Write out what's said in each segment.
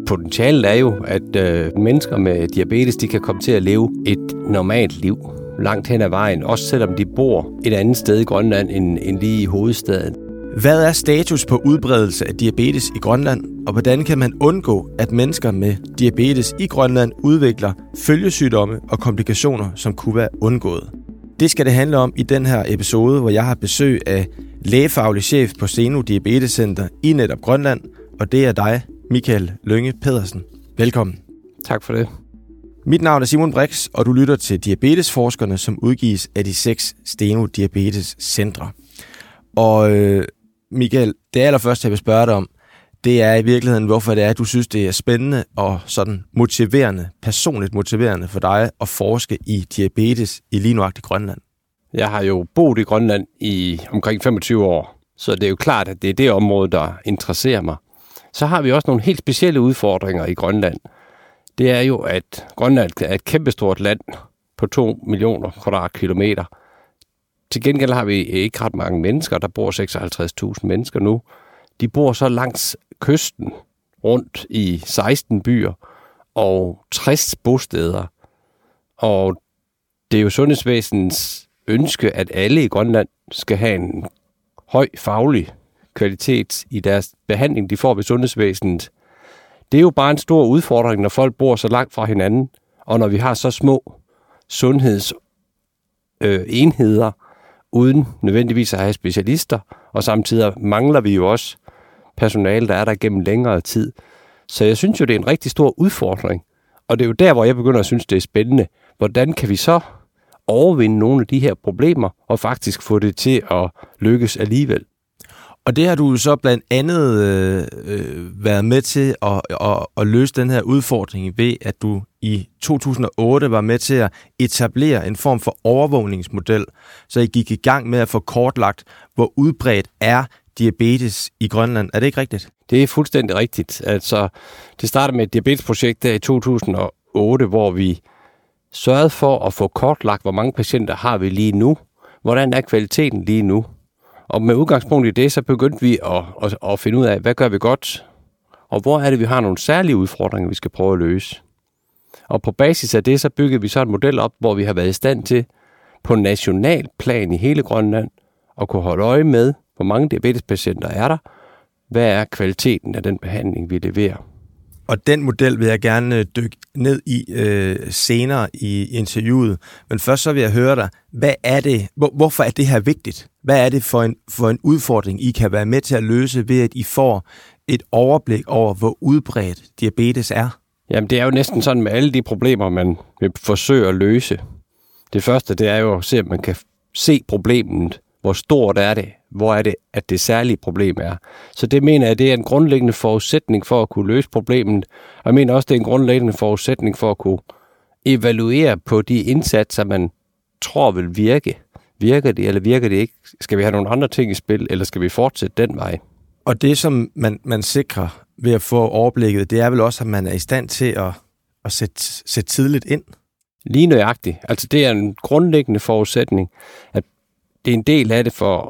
Potentialet er jo, at mennesker med diabetes, de kan komme til at leve et normalt liv langt hen ad vejen, også selvom de bor et andet sted i Grønland end lige i hovedstaden. Hvad er status på udbredelse af diabetes i Grønland, og hvordan kan man undgå, at mennesker med diabetes i Grønland udvikler følgesygdomme og komplikationer, som kunne være undgået? Det skal det handle om i den her episode, hvor jeg har besøg af lægefaglig chef på Zeno Diabetes Center i netop Grønland, og det er dig, Michael Lynge Pedersen. Velkommen. Tak for det. Mit navn er Simon Brix, og du lytter til Diabetesforskerne, som udgives af de 6 Zeno Diabetes Centre. Og Michael, det allerførste, jeg vil spørge dig om, det er i virkeligheden, hvorfor det er, at du synes, det er spændende og sådan motiverende, personligt motiverende for dig at forske i diabetes i lige nuagtigt Grønland. Jeg har jo boet i Grønland i omkring 25 år, så det er jo klart, at det er det område, der interesserer mig. Så har vi også nogle helt specielle udfordringer i Grønland. Det er jo, at Grønland er et kæmpestort land på 2 millioner kvadratkilometer. Til gengæld har vi ikke ret mange mennesker. Der bor 56.000 mennesker nu. De bor så langs kysten rundt i 16 byer og 60 bosteder. Og det er jo sundhedsvæsenets ønske, at alle i Grønland skal have en høj faglig kvalitet i deres behandling, de får ved sundhedsvæsenet. Det er jo bare en stor udfordring, når folk bor så langt fra hinanden, og når vi har så små sundhedsenheder, uden nødvendigvis at have specialister, og samtidig mangler vi jo også personale, der er der gennem længere tid. Så jeg synes jo, det er en rigtig stor udfordring, og det er jo der, hvor jeg begynder at synes, det er spændende. Hvordan kan vi så overvinde nogle af de her problemer, og faktisk få det til at lykkes alligevel? Og det har du så blandt andet været med til at løse den her udfordring ved, at du i 2008 var med til at etablere en form for overvågningsmodel, så I gik i gang med at få kortlagt, hvor udbredt er diabetes i Grønland. Er det ikke rigtigt? Det er fuldstændig rigtigt. Altså, det startede med et diabetesprojekt der i 2008, hvor vi sørgede for at få kortlagt, hvor mange patienter har vi lige nu, hvordan er kvaliteten lige nu. Og med udgangspunkt i det, så begyndte vi at finde ud af, hvad gør vi godt, og hvor er det, vi har nogle særlige udfordringer, vi skal prøve at løse. Og på basis af det, så byggede vi så en model op, hvor vi har været i stand til på national plan i hele Grønland at kunne holde øje med, hvor mange diabetespatienter er der, hvad er kvaliteten af den behandling, vi leverer. Og den model vil jeg gerne dykke ned i senere i interviewet. Men først så vil jeg høre dig, hvad er det, hvorfor er det her vigtigt? Hvad er det for en udfordring, I kan være med til at løse ved, at I får et overblik over, hvor udbredt diabetes er? Jamen det er jo næsten sådan med alle de problemer, man vil forsøge at løse. Det første, det er jo at se, om man kan se problemet. Hvor stort er det? Hvor er det, at det særlige problem er? Så det mener jeg, det er en grundlæggende forudsætning for at kunne løse problemet. Og jeg mener også, det er en grundlæggende forudsætning for at kunne evaluere på de indsatser, man tror vil virke. Virker det, eller virker det ikke? Skal vi have nogle andre ting i spil, eller skal vi fortsætte den vej? Og det, som man sikrer ved at få overblikket, det er vel også, at man er i stand til at sætte tidligt ind? Lige nøjagtigt. Altså det er en grundlæggende forudsætning, at det er en del af det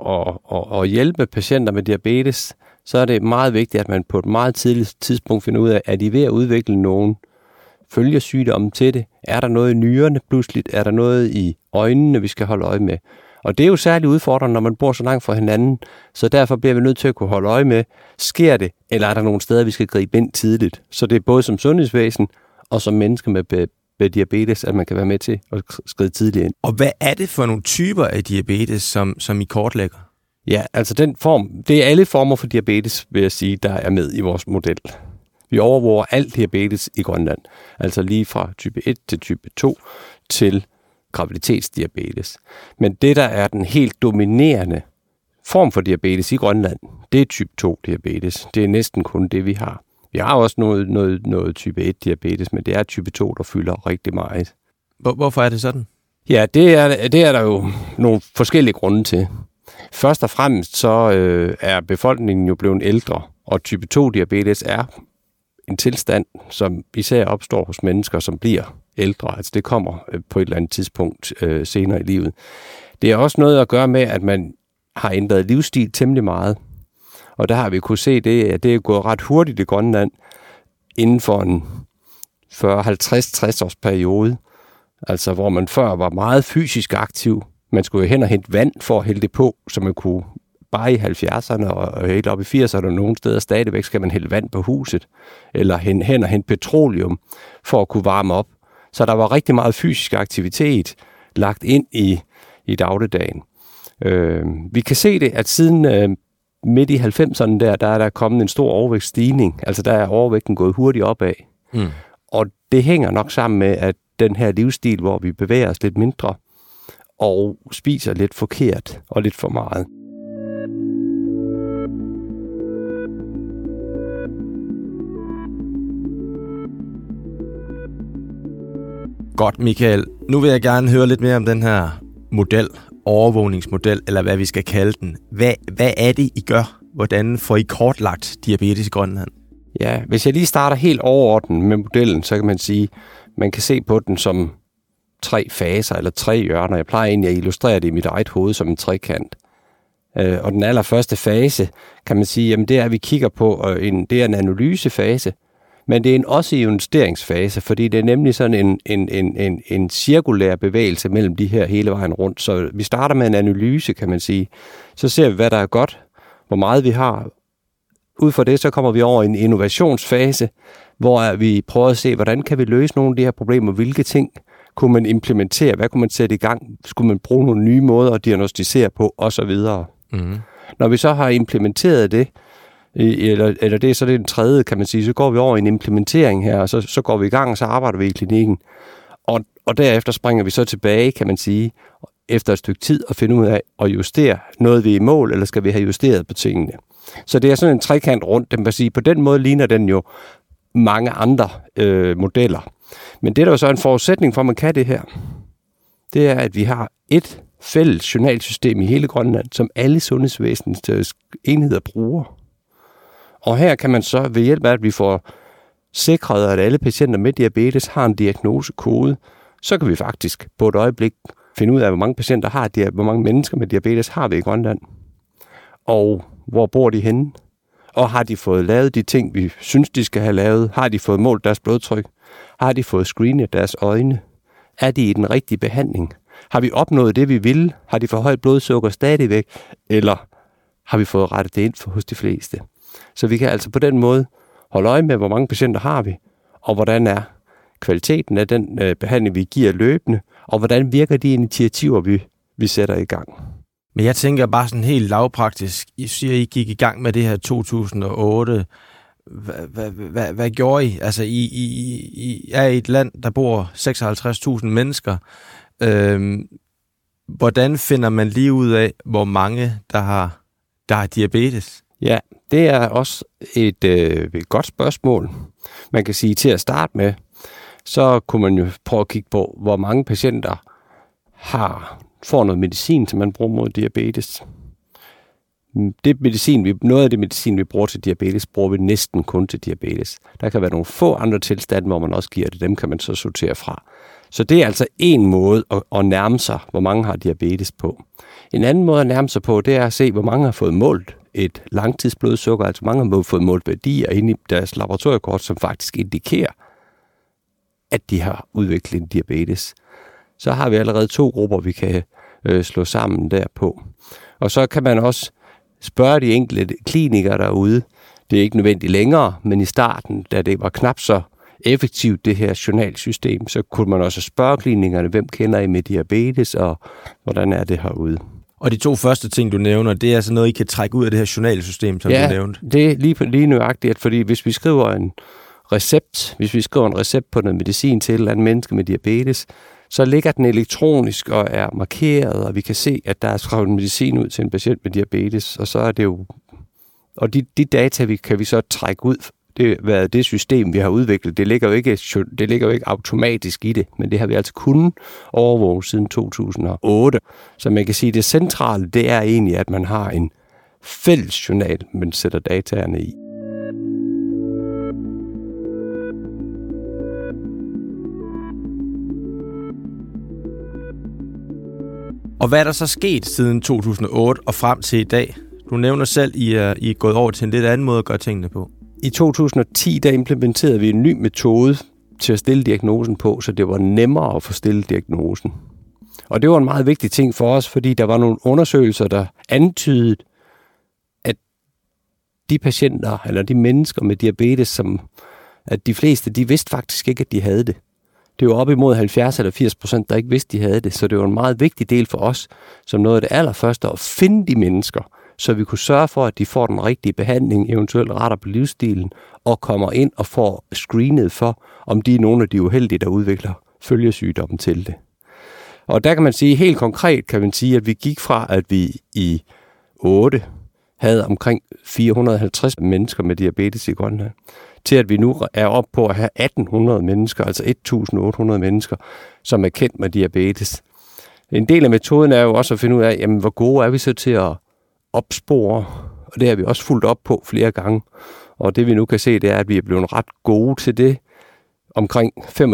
for at hjælpe patienter med diabetes, så er det meget vigtigt, at man på et meget tidligt tidspunkt finder ud af, at de ved at udvikle nogle følgesygdomme til det. Er der noget i nyrerne pludseligt? Er der noget i øjnene, vi skal holde øje med? Og det er jo særligt udfordrende, når man bor så langt fra hinanden, så derfor bliver vi nødt til at kunne holde øje med, sker det, eller er der nogle steder, vi skal gribe ind tidligt? Så det er både som sundhedsvæsen og som mennesker med diabetes, at man kan være med til at skride tidligt ind. Og hvad er det for nogle typer af diabetes, som I kortlægger? Ja, altså det er alle former for diabetes, vil jeg sige, der er med i vores model. Vi overvåger alt diabetes i Grønland, altså lige fra type 1 til type 2 til graviditetsdiabetes. Men det, der er den helt dominerende form for diabetes i Grønland, det er type 2 diabetes. Det er næsten kun det, vi har. Vi har også noget type 1 diabetes, men det er type 2, der fylder rigtig meget. Hvorfor er det sådan? Ja, det er der jo nogle forskellige grunde til. Først og fremmest så er befolkningen jo blevet ældre, og type 2 diabetes er en tilstand, som især opstår hos mennesker, som bliver ældre. Altså det kommer på et eller andet tidspunkt senere i livet. Det er også noget at gøre med, at man har ændret livsstil temmelig meget. Og der har vi kunne se det, at det er gået ret hurtigt i Grønland. inden for en 40-50-60 års periode. Altså hvor man før var meget fysisk aktiv. Man skulle jo hen og hente vand for at hælde det på, så man kunne bare i 70'erne og helt op i 80'erne, og nogle steder stadigvæk skal man hælde vand på huset, eller hen og hente petroleum for at kunne varme op. Så der var rigtig meget fysisk aktivitet lagt ind i dagligdagen. Vi kan se det, at siden midt i 90'erne der er der kommet en stor overvægtsstigning. Altså der er overvægten gået hurtigt opad. Mm. Og det hænger nok sammen med, at den her livsstil, hvor vi bevæger os lidt mindre og spiser lidt forkert og lidt for meget. Godt, Michael. Nu vil jeg gerne høre lidt mere om den her model, overvågningsmodel, eller hvad vi skal kalde den. Hvad er det, I gør? Hvordan får I kortlagt diabetes i Grønland? Ja, hvis jeg lige starter helt overordnet med modellen, så kan man sige, man kan se på den som 3 faser eller 3 hjørner. Jeg plejer egentlig at illustrere det i mit eget hoved som en trekant. Og den allerførste fase, kan man sige, jamen det er, at vi kigger på, det er en analysefase, men det er også en investeringsfase, fordi det er nemlig sådan en cirkulær bevægelse mellem de her hele vejen rundt. Så vi starter med en analyse, kan man sige. Så ser vi, hvad der er godt, hvor meget vi har. Ud fra det, så kommer vi over i en innovationsfase, hvor vi prøver at se, hvordan kan vi løse nogle af de her problemer, hvilke ting kunne man implementere, hvad kunne man sætte i gang, skulle man bruge nogle nye måder at diagnostisere på, osv. Mm. Når vi så har implementeret det, eller det, så det er den tredje, kan man sige, så går vi over i en implementering her, og så går vi i gang, og så arbejder vi i klinikken. Og derefter springer vi så tilbage, kan man sige, efter et stykke tid, og finde ud af at justere noget, vi er i mål, eller skal vi have justeret på tingene. Så det er sådan en trekant rundt, den vil sige, på den måde ligner den jo mange andre modeller. Men det, der er så en forudsætning for, at man kan det her, det er, at vi har et fælles journalsystem i hele Grønland, som alle sundhedsvæsenets enheder bruger. Og her kan man så ved hjælp af, at vi får sikret, at alle patienter med diabetes har en diagnosekode, så kan vi faktisk på et øjeblik finde ud af, hvor mange patienter har hvor mange mennesker med diabetes har vi i Grønland. Og hvor bor de henne? Og har de fået lavet de ting, vi synes, de skal have lavet? Har de fået målt deres blodtryk? Har de fået screenet deres øjne? Er de i den rigtige behandling? Har vi opnået det, vi ville? Har de for højt blodsukker stadigvæk? Eller har vi fået rettet det ind for hos de fleste? Så vi kan altså på den måde holde øje med, hvor mange patienter har vi, og hvordan er kvaliteten af den behandling, vi giver løbende, og hvordan virker de initiativer, vi sætter i gang. Men jeg tænker bare sådan helt lavpraktisk. I siger, I gik i gang med det her 2008. Hvad gjorde I? Altså, I er i et land, der bor 56.000 mennesker. Hvordan finder man lige ud af, hvor mange, der har diabetes? Ja, det er også et godt spørgsmål. Man kan sige, til at starte med, så kunne man jo prøve at kigge på, hvor mange patienter får noget medicin, som man bruger mod diabetes. Noget af det medicin, vi bruger til diabetes, bruger vi næsten kun til diabetes. Der kan være nogle få andre tilstande, hvor man også giver det. Dem kan man så sortere fra. Så det er altså en måde at nærme sig, hvor mange har diabetes på. En anden måde at nærme sig på, det er at se, hvor mange har fået målt et langtidsblodsukker. Altså mange har fået målt værdier inde i deres laboratoriekort, som faktisk indikerer, at de har udviklet en diabetes. Så har vi allerede 2 grupper, vi kan slå sammen derpå. Og så kan man også spørge de enkelte klinikere derude. Det er ikke nødvendigt længere, men i starten, da det var knap så effektivt, det her journalsystem, så kunne man også spørge klinikerne, hvem kender I med diabetes, og hvordan er det herude. Og de 2 første ting, du nævner, det er altså noget, I kan trække ud af det her journalsystem, som du nævnte? Ja, det er lige nøjagtigt, fordi hvis vi skriver en recept på noget medicin til et eller andet menneske med diabetes, så ligger den elektronisk og er markeret, og vi kan se, at der er skrevet medicin ud til en patient med diabetes, og så er det jo... Og de data kan vi så trække ud. Det system, vi har udviklet, det ligger jo ikke automatisk i det, men det har vi altså kunnet overvåge siden 2008. Så man kan sige, at det centrale, det er egentlig, at man har en fælles journal, man sætter dataerne i. Og hvad er der så sket siden 2008 og frem til i dag? Du nævner selv, I er gået over til en lidt anden måde at gøre tingene på. I 2010, der implementerede vi en ny metode til at stille diagnosen på, så det var nemmere at få stillet diagnosen. Og det var en meget vigtig ting for os, fordi der var nogle undersøgelser, der antydede, at de patienter, eller de mennesker med diabetes, at de fleste, de vidste faktisk ikke, at de havde det. Det var op imod 70 eller 80%, der ikke vidste, de havde det. Så det var en meget vigtig del for os, som noget af det allerførste, at finde de mennesker, så vi kunne sørge for, at de får den rigtige behandling, eventuelt retter på livsstilen, og kommer ind og får screenet for, om de er nogle af de uheldige, der udvikler følgesygdommen til det. Og der kan man sige, helt konkret kan man sige, at vi gik fra, at vi i 8 havde omkring 450 mennesker med diabetes i Grønland, til at vi nu er oppe på at have 1800 mennesker, altså 1800 mennesker, som er kendt med diabetes. En del af metoden er jo også at finde ud af, jamen, hvor gode er vi så til at opspore, og det har vi også fulgt op på flere gange. Og det vi nu kan se, det er, at vi er blevet ret gode til det. Omkring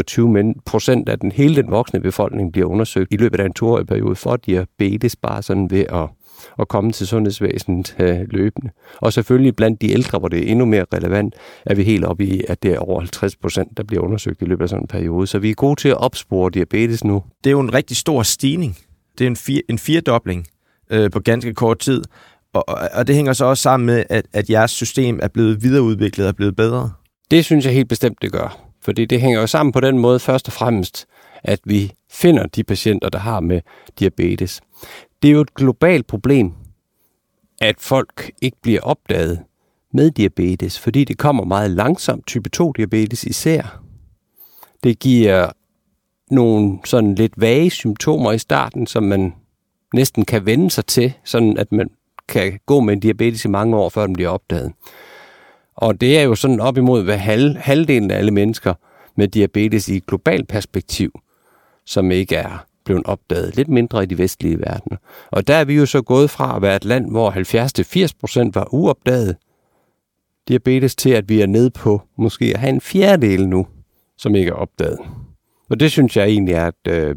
25% af hele den voksne befolkning bliver undersøgt i løbet af en 2-årig periode for diabetes, bare sådan ved at komme til sundhedsvæsenet løbende. Og selvfølgelig blandt de ældre, hvor det er endnu mere relevant, er vi helt oppe i, at det er over 50%, der bliver undersøgt i løbet af sådan en periode. Så vi er gode til at opspore diabetes nu. Det er jo en rigtig stor stigning. Det er en firedobling på ganske kort tid. Og det hænger så også sammen med, at jeres system er blevet videreudviklet og er blevet bedre. Det synes jeg helt bestemt, det gør. Fordi det hænger jo sammen på den måde først og fremmest, at vi finder de patienter, der har med diabetes. Det er jo et globalt problem, at folk ikke bliver opdaget med diabetes, fordi det kommer meget langsomt, type 2-diabetes især. Det giver nogle sådan lidt vage symptomer i starten, som man næsten kan vende sig til, sådan at man kan gå med en diabetes i mange år, før den bliver opdaget. Og det er jo sådan op imod hvad halvdelen af alle mennesker med diabetes i et globalt perspektiv, som ikke er blevet opdaget, lidt mindre i de vestlige verdener. Og der er vi jo så gået fra at være et land, hvor 70-80% var uopdaget diabetes, til at vi er nede på måske at have en fjerdedel nu, som ikke er opdaget. Og det synes jeg egentlig er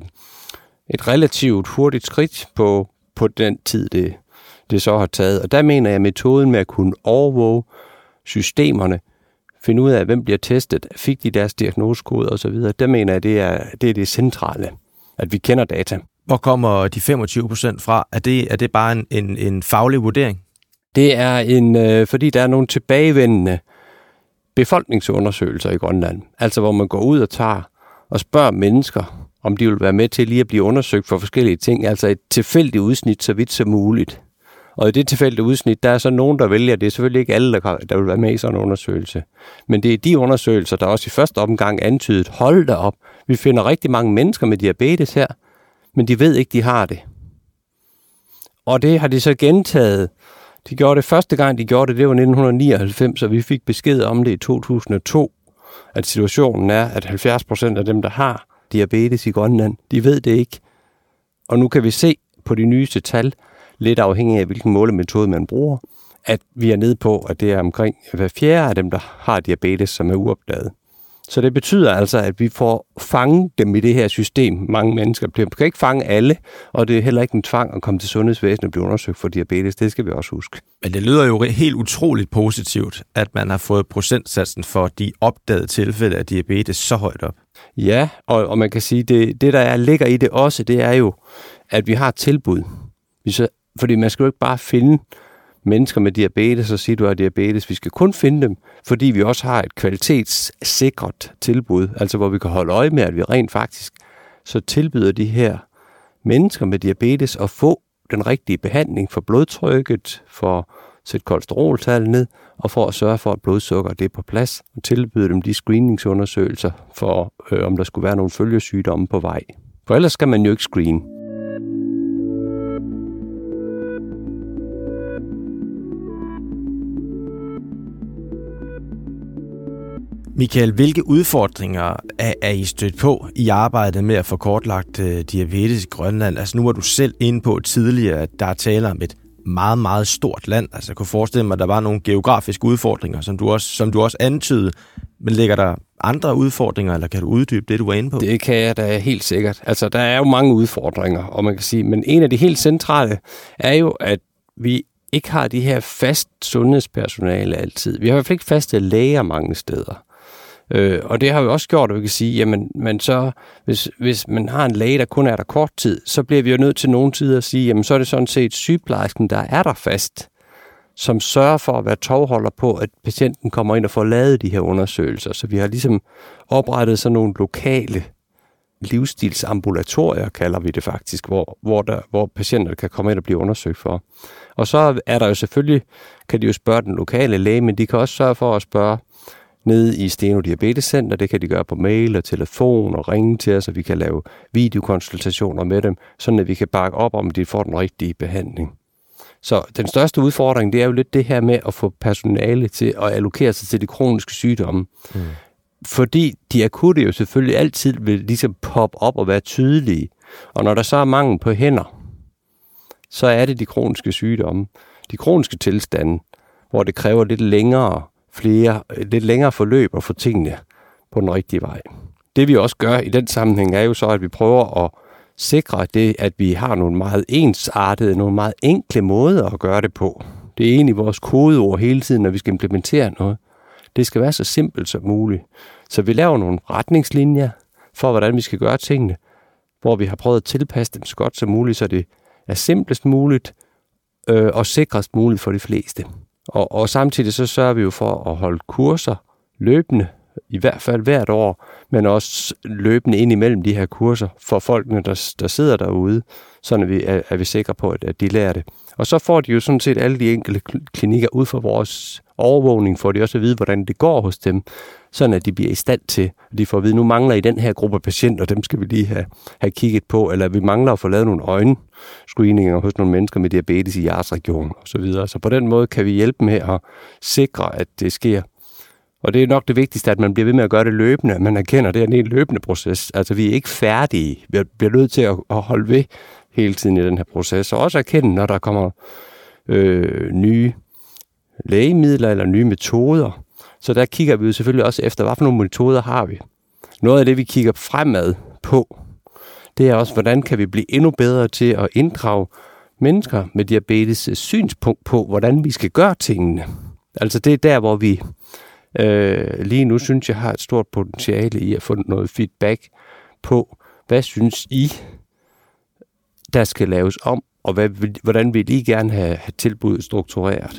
et relativt hurtigt skridt på den tid, det så har taget. Og der mener jeg, at metoden med at kunne overvåge systemerne, finde ud af, hvem bliver testet, fik de deres diagnosekode osv., der mener jeg, det er det centrale, at vi kender data. Hvor kommer de 25% fra? Er det bare en faglig vurdering? Det er fordi der er nogle tilbagevendende befolkningsundersøgelser i Grønland, altså hvor man går ud og tager og spørger mennesker, om de vil være med til lige at blive undersøgt for forskellige ting, altså et tilfældigt udsnit så vidt som muligt. Og i det tilfældige udsnit, der er så nogen, der vælger, det er selvfølgelig ikke alle, der vil være med i sådan en undersøgelse. Men det er de undersøgelser, der også i første omgang antydet, hold da op, vi finder rigtig mange mennesker med diabetes her, men de ved ikke, de har det. Og det har de så gentaget. De gjorde det første gang, de gjorde det, det var 1999, og vi fik besked om det i 2002, at situationen er, at 70% af dem, der har diabetes i Grønland, de ved det ikke. Og nu kan vi se på de nyeste tal, lidt afhængig af, hvilken målemetode man bruger, at vi er nede på, at det er omkring hver fjerde af dem, der har diabetes, som er uopdaget. Så det betyder altså, at vi får fanget dem i det her system. Mange mennesker kan ikke fange alle, og det er heller ikke en tvang at komme til sundhedsvæsenet og blive undersøgt for diabetes. Det skal vi også huske. Men det lyder jo helt utroligt positivt, at man har fået procentsatsen for de opdagede tilfælde af diabetes så højt op. Ja, og man kan sige, det der ligger i det også, det er jo, at vi har et tilbud. Fordi man skal jo ikke bare finde mennesker med diabetes og sige, at du har diabetes. Vi skal kun finde dem, fordi vi også har et kvalitetssikret tilbud, altså hvor vi kan holde øje med, at vi rent faktisk så tilbyder de her mennesker med diabetes at få den rigtige behandling for blodtrykket, for at sætte kolesteroltallet ned, og for at sørge for, at blodsukker det er på plads, og tilbyde dem de screeningsundersøgelser for, om der skulle være nogle følgesygdomme på vej. For ellers skal man jo ikke screene. Michael, hvilke udfordringer er I stødt på i arbejdet med at få kortlagt diabetes i Grønland? Altså nu var du selv inde på tidligere, at der er tale om et meget, meget stort land. Altså jeg kunne forestille mig, at der var nogle geografiske udfordringer, som du også antydede. Men ligger der andre udfordringer, eller kan du uddybe det, du var inde på? Det kan jeg da helt sikkert. Altså der er jo mange udfordringer, og man kan sige, men en af de helt centrale er jo, at vi ikke har de her fast sundhedspersonale altid. Vi har i hvert fald ikke faste læger mange steder. Og det har jo også gjort, at vi kan sige, jamen, men så, hvis man har en læge, der kun er der kort tid, så bliver vi jo nødt til nogle tider at sige, jamen så er det sådan set sygeplejersken, der er der fast, som sørger for at være tovholder på, at patienten kommer ind og får lavet de her undersøgelser. Så vi har ligesom oprettet sådan nogle lokale livsstilsambulatorier, kalder vi det faktisk, hvor patienter kan komme ind og blive undersøgt for. Og så er der jo selvfølgelig, kan de jo spørge den lokale læge, men de kan også sørge for at spørge nede i Steno Diabetes Center. Det kan de gøre på mail og telefon og ringe til os, så vi kan lave videokonsultationer med dem, sådan at vi kan bakke op om, at de får den rigtige behandling. Så den største udfordring, det er jo lidt det her med at få personale til at allokere sig til de kroniske sygdomme. Fordi de akutte jo selvfølgelig altid vil ligesom poppe op og være tydelige. Og når der så er mangel på hænder, så er det de kroniske sygdomme. De kroniske tilstande, hvor det kræver lidt længere forløb at få tingene på den rigtige vej. Det vi også gør i den sammenhæng er jo så, at vi prøver at sikre det, at vi har nogle meget ensartede, nogle meget enkle måder at gøre det på. Det er egentlig vores kodeord hele tiden, når vi skal implementere noget. Det skal være så simpelt som muligt. Så vi laver nogle retningslinjer for, hvordan vi skal gøre tingene, hvor vi har prøvet at tilpasse dem så godt som muligt, så det er simplest muligt og sikrest muligt for de fleste. Og samtidig så sørger vi jo for at holde kurser løbende, i hvert fald hvert år, men også løbende ind imellem de her kurser for folkene, der sidder derude, så er vi sikre på, at de lærer det. Og så får de jo sådan set alle de enkelte klinikker ud fra vores overvågning, får de også at vide, hvordan det går hos dem, sådan at de bliver i stand til, at de får at vide, nu mangler i den her gruppe patienter, dem skal vi lige have kigget på, eller vi mangler at få lavet nogle øjenscreeninger hos nogle mennesker med diabetes i hjerteregionen osv. Så på den måde kan vi hjælpe med at sikre, at det sker. Og det er nok det vigtigste, at man bliver ved med at gøre det løbende, at man erkender, at det er en løbende proces. Altså vi er ikke færdige. Vi bliver nødt til at holde ved hele tiden i den her proces, og også erkende, når der kommer nye lægemidler eller nye metoder. Så der kigger vi jo selvfølgelig også efter, hvad for nogle metoder har vi. Noget af det, vi kigger fremad på, det er også, hvordan kan vi blive endnu bedre til at inddrage mennesker med diabetes synspunkt på, hvordan vi skal gøre tingene. Altså det er der, hvor vi lige nu synes jeg har et stort potentiale i at få noget feedback på, hvad synes I, der skal laves om, og hvordan vil I gerne have tilbuddet struktureret.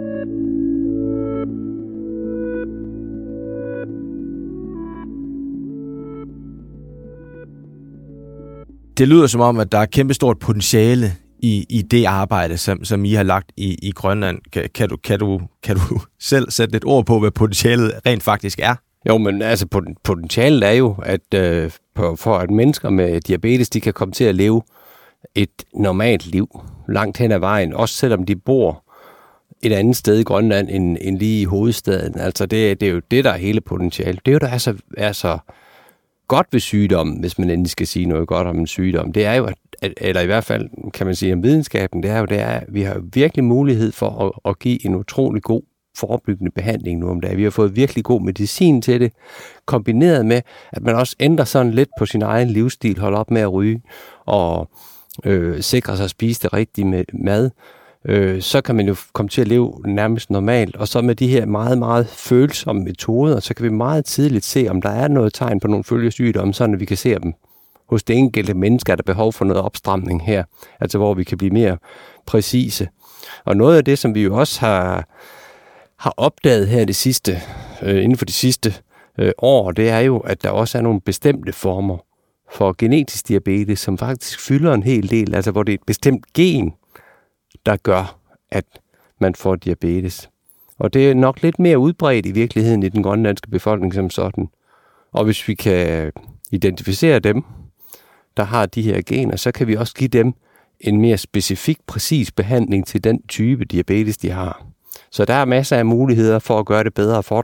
Det lyder som om, at der er kæmpestort potentiale i det arbejde, som I har lagt i Grønland. Kan du selv sætte lidt ord på, hvad potentialet rent faktisk er? Jo, men altså potentialet er jo, at for at mennesker med diabetes, de kan komme til at leve et normalt liv langt hen ad vejen, også selvom de bor et andet sted i Grønland end lige i hovedstaden. Altså det er jo det, der er hele potentialet. Det er jo, der er så godt ved sygdommen, hvis man endelig skal sige noget godt om en sygdom. Det er jo, eller i hvert fald kan man sige om videnskaben, det er jo, at vi har virkelig mulighed for at give en utrolig god forebyggende behandling nu om dagen. Vi har fået virkelig god medicin til det, kombineret med, at man også ændrer sådan lidt på sin egen livsstil, holder op med at ryge og sikrer sig at spise det rigtige med mad. Så kan man jo komme til at leve nærmest normalt. Og så med de her meget, meget følsomme metoder, så kan vi meget tidligt se, om der er noget tegn på nogle følgesygdomme, sådan at vi kan se dem hos det enkelte menneske, er der behov for noget opstramning her, altså hvor vi kan blive mere præcise. Og noget af det, som vi jo også har opdaget her inden for de sidste år, det er jo, at der også er nogle bestemte former for genetisk diabetes, som faktisk fylder en hel del, altså hvor det er et bestemt gen, der gør, at man får diabetes. Og det er nok lidt mere udbredt i virkeligheden i den grønlandske befolkning som sådan. Og hvis vi kan identificere dem, der har de her gener, så kan vi også give dem en mere specifik, præcis behandling til den type diabetes, de har. Så der er masser af muligheder for at gøre det bedre fortsat.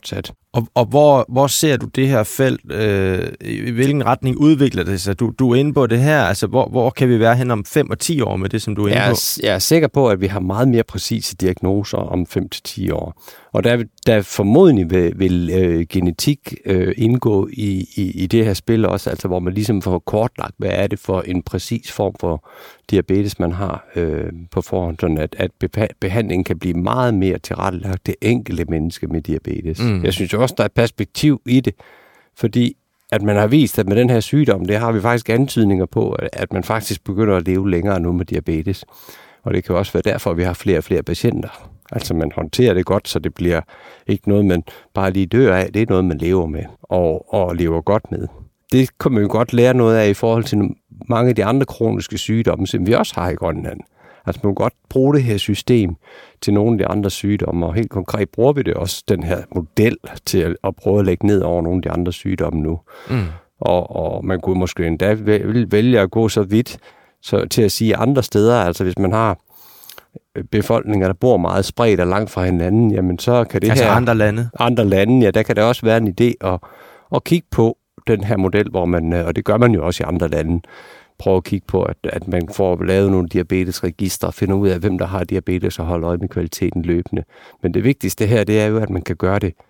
Og hvor ser du det her felt? I hvilken retning udvikler det sig? Du er inde på det her. Altså, hvor kan vi være hen om 5 og 10 år med det, som du er inde på? Jeg er sikker på, at vi har meget mere præcise diagnoser om 5 til 10 år. Og der formodentlig vil genetik indgå i det her spil også, altså hvor man ligesom får kortlagt, hvad er det for en præcis form for diabetes, man har på forhånd, sådan at behandlingen kan blive meget mere tilrettelagt det enkelte menneske med diabetes. Jeg synes også, der er et perspektiv i det, fordi at man har vist, at med den her sygdom, det har vi faktisk antydninger på, at man faktisk begynder at leve længere nu med diabetes. Og det kan også være derfor, at vi har flere og flere patienter. Altså man håndterer det godt, så det bliver ikke noget, man bare lige dør af. Det er noget, man lever med og lever godt med. Det kan man jo godt lære noget af i forhold til mange af de andre kroniske sygdomme, som vi også har i Grønland. Altså man kan godt bruge det her system til nogle af de andre sygdomme, og helt konkret bruger vi det også, den her model, til at prøve at lægge ned over nogle af de andre sygdomme nu. Og man kunne måske endda vælge at gå så vidt til at sige andre steder, altså hvis man har befolkninger, der bor meget spredt og langt fra hinanden, jamen så kan det altså her... andre lande, ja, der kan det også være en idé at kigge på den her model, hvor man, og det gør man jo også i andre lande, prøve at kigge på, at man får lavet nogle diabetesregistre og finder ud af, hvem der har diabetes og holde øje med kvaliteten løbende. Men det vigtigste her, det er jo, at man kan gøre det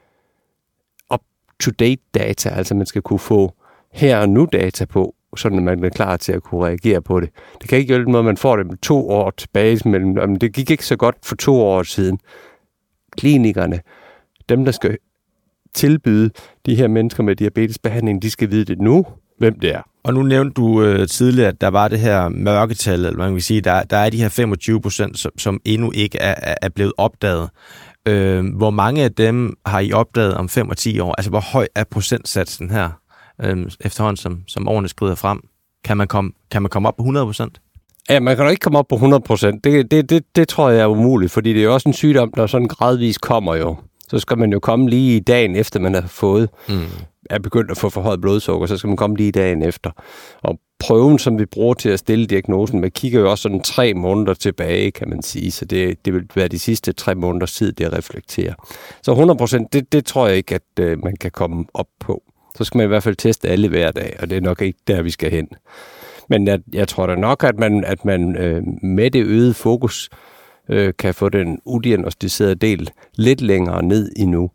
up-to-date data, altså man skal kunne få her og nu data på, sådan at man er klar til at kunne reagere på det. Det kan ikke hjælpe noget, man får det med 2 år tilbage, men det gik ikke så godt for 2 år siden. Klinikerne, dem der skal tilbyde de her mennesker med diabetesbehandling, de skal vide det nu, hvem det er. Og nu nævnte du tidligere, at der var det her mørketal, eller man kan sige, der er de her 25%, som endnu ikke er blevet opdaget. Hvor mange af dem har I opdaget om 5 og 10 år? Altså, hvor høj er procentsatsen her, efterhånden som årene skrider frem? Kan man komme op på 100%? Ja, man kan jo ikke komme op på 100%. Det tror jeg er umuligt, fordi det er jo også en sygdom, der sådan gradvis kommer jo. Så skal man jo komme lige i dagen efter, man har er begyndt at få forhøjet blodsukker, så skal man komme lige dagen efter. Og prøven, som vi bruger til at stille diagnosen, man kigger jo også sådan 3 måneder tilbage, kan man sige. Så det vil være de sidste 3 måneders tid, det reflekterer. Så 100%, det tror jeg ikke, at man kan komme op på. Så skal man i hvert fald teste alle hver dag, og det er nok ikke der, vi skal hen. Men jeg tror da nok, at man med det øgede fokus kan få den udiagnosticerede del lidt længere ned endnu.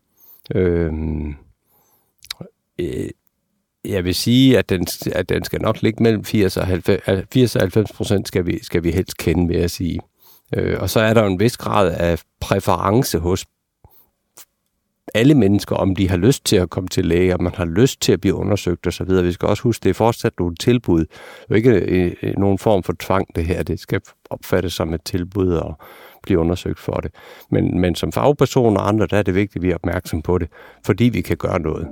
Jeg vil sige, at den skal nok ligge mellem 80 og 90% skal vi helst kende, vil jeg sige. Og så er der en vis grad af præference hos alle mennesker, om de har lyst til at komme til læge, om man har lyst til at blive undersøgt osv. Vi skal også huske, det er fortsat nogle tilbud. Det er ikke nogen form for tvang, det her. Det skal opfattes som et tilbud og blive undersøgt for det. Men som fagpersoner og andre, der er det vigtigt, at vi er opmærksom på det, fordi vi kan gøre noget.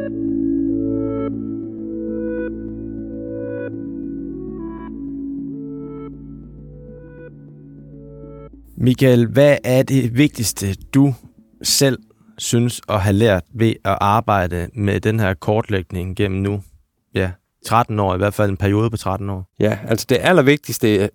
Michael, hvad er det vigtigste, du selv synes at have lært ved at arbejde med den her kortlægning gennem nu? Ja, 13 år, i hvert fald en periode på 13 år. Ja, altså det allervigtigste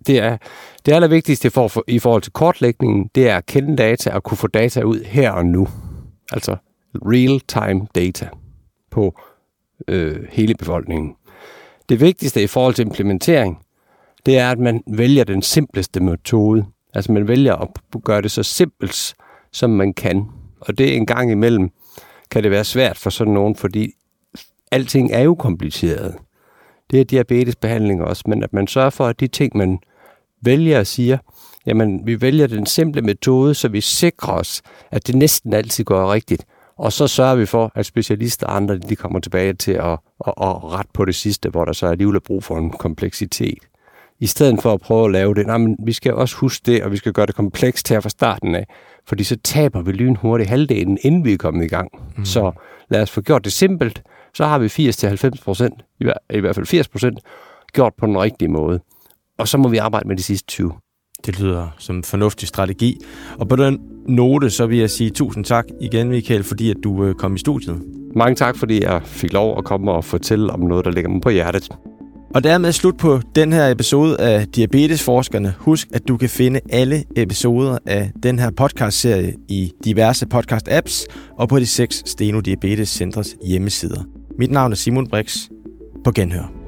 i forhold til kortlægningen, det er at kende data og kunne få data ud her og nu. Altså real-time data på hele befolkningen. Det vigtigste i forhold til implementering, det er, at man vælger den simpleste metode. Altså man vælger at gøre det så simpelt, som man kan. Og det en gang imellem kan det være svært for sådan nogen, fordi alting er jo kompliceret. Det er diabetesbehandling også, men at man sørger for, at de ting, man vælger og siger, jamen vi vælger den simple metode, så vi sikrer os, at det næsten altid går rigtigt. Og så sørger vi for, at specialister og andre, de kommer tilbage til at rette på det sidste, hvor der så alligevel er brug for en kompleksitet. I stedet for at prøve at lave det, men vi skal også huske det, og vi skal gøre det komplekst her fra starten af, fordi så taber vi lynhurtigt halvdelen, inden vi er kommet i gang. Så lad os få gjort det simpelt, så har vi 80-90%, i hvert fald 80%, gjort på den rigtige måde. Og så må vi arbejde med de sidste 20. Det lyder som en fornuftig strategi. Og på den note, så vil jeg sige tusind tak igen, Michael, fordi at du kom i studiet. Mange tak, fordi jeg fik lov at komme og fortælle om noget, der ligger mig på hjertet. Og dermed slut på den her episode af Diabetesforskerne. Husk, at du kan finde alle episoder af den her podcastserie i diverse podcast-apps og på de 6 Steno Diabetes Centres hjemmesider. Mit navn er Simon Brix. På genhør.